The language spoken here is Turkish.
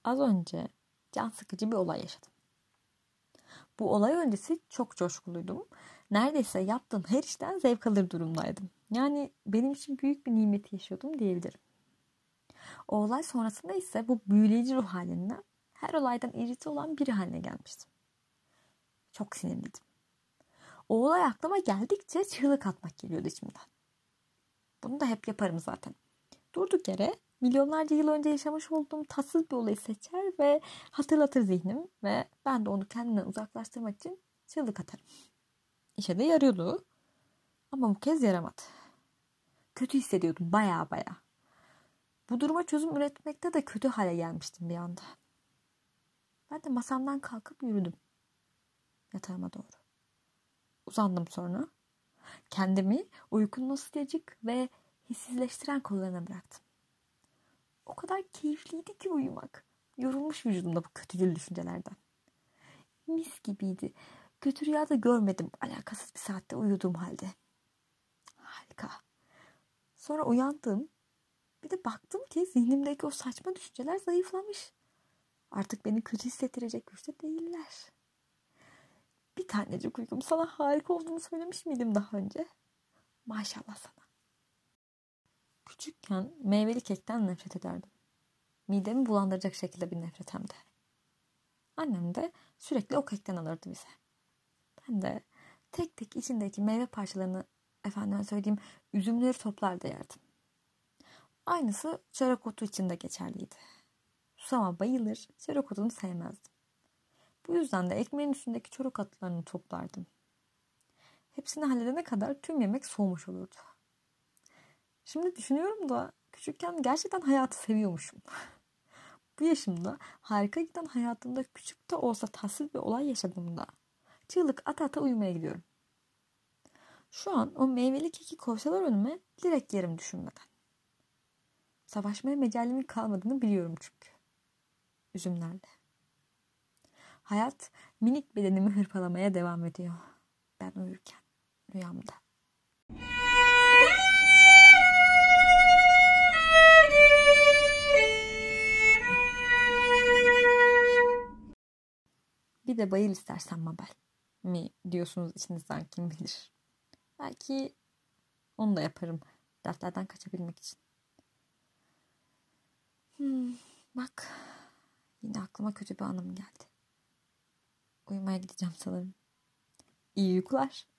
Az önce can sıkıcı bir olay yaşadım. Bu olay öncesi çok coşkuluydum. Neredeyse yaptığım her işten zevk alır durumdaydım. Yani benim için büyük bir nimeti yaşıyordum diyebilirim. O olay sonrasında ise bu büyüleyici ruh halinden her olaydan irite olan biri haline gelmiştim. Çok sinirliydim. O olay aklıma geldikçe çığlık atmak geliyordu içimden. Bunu da hep yaparım zaten. Durduk yere milyonlarca yıl önce yaşamış olduğum tatsız bir olayı seçer ve hatırlatır zihnim ve ben de onu kendimden uzaklaştırmak için çığlık atarım. İşe de yarıyordu ama bu kez yaramadı. Kötü hissediyordum baya. Bu duruma çözüm üretmekte de kötü hale gelmiştim bir anda. Ben de masamdan kalkıp yürüdüm yatağıma doğru. Uzandım sonra. Kendimi uykunun sıcacık ve hissizleştiren kollarına bıraktım. O kadar keyifliydi ki uyumak. Yorulmuş vücudumda bu kötücül düşüncelerden. Mis gibiydi. Kötü rüya da görmedim alakasız bir saatte uyuduğum halde. Harika. Sonra uyandım. Bir de baktım ki zihnimdeki o saçma düşünceler zayıflamış. Artık beni kötü hissettirecek güçte değiller. Bir tanecik uykum, sana harika olduğunu söylemiş miydim daha önce? Maşallah sana. Küçükken meyveli kekten nefret ederdim. Midemi bulandıracak şekilde bir nefret hem de. Annem de sürekli o kekten alırdı bize. Ben de tek tek içindeki meyve parçalarını, efendime söyleyeyim, üzümleri toplar da yerdim. Aynısı çörek otu için de geçerliydi. Susama bayılır, çörek otunu sevmezdim. Bu yüzden de ekmeğin üstündeki çörek otlarını toplardım. Hepsini halledene kadar tüm yemek soğumuş olurdu. Şimdi düşünüyorum da küçükken gerçekten hayatı seviyormuşum. Bu yaşımda harika giden hayatımda küçük de olsa tatsız bir olay yaşadığımda çığlık ata ata uyumaya gidiyorum. Şu an o meyveli keki koysalar önüme direkt yerim düşünmeden. Savaşmaya mecalimin kalmadığını biliyorum çünkü. Üzümlerle. Hayat minik bedenimi hırpalamaya devam ediyor. Ben uyurken, rüyamda. Bir de bayıl istersen Mabel mi diyorsunuz içinizden kim bilir. Belki onu da yaparım dertlerden kaçabilmek için. Bak yine aklıma kötü bir anım geldi. Uyumaya gideceğim sanırım. İyi uykular.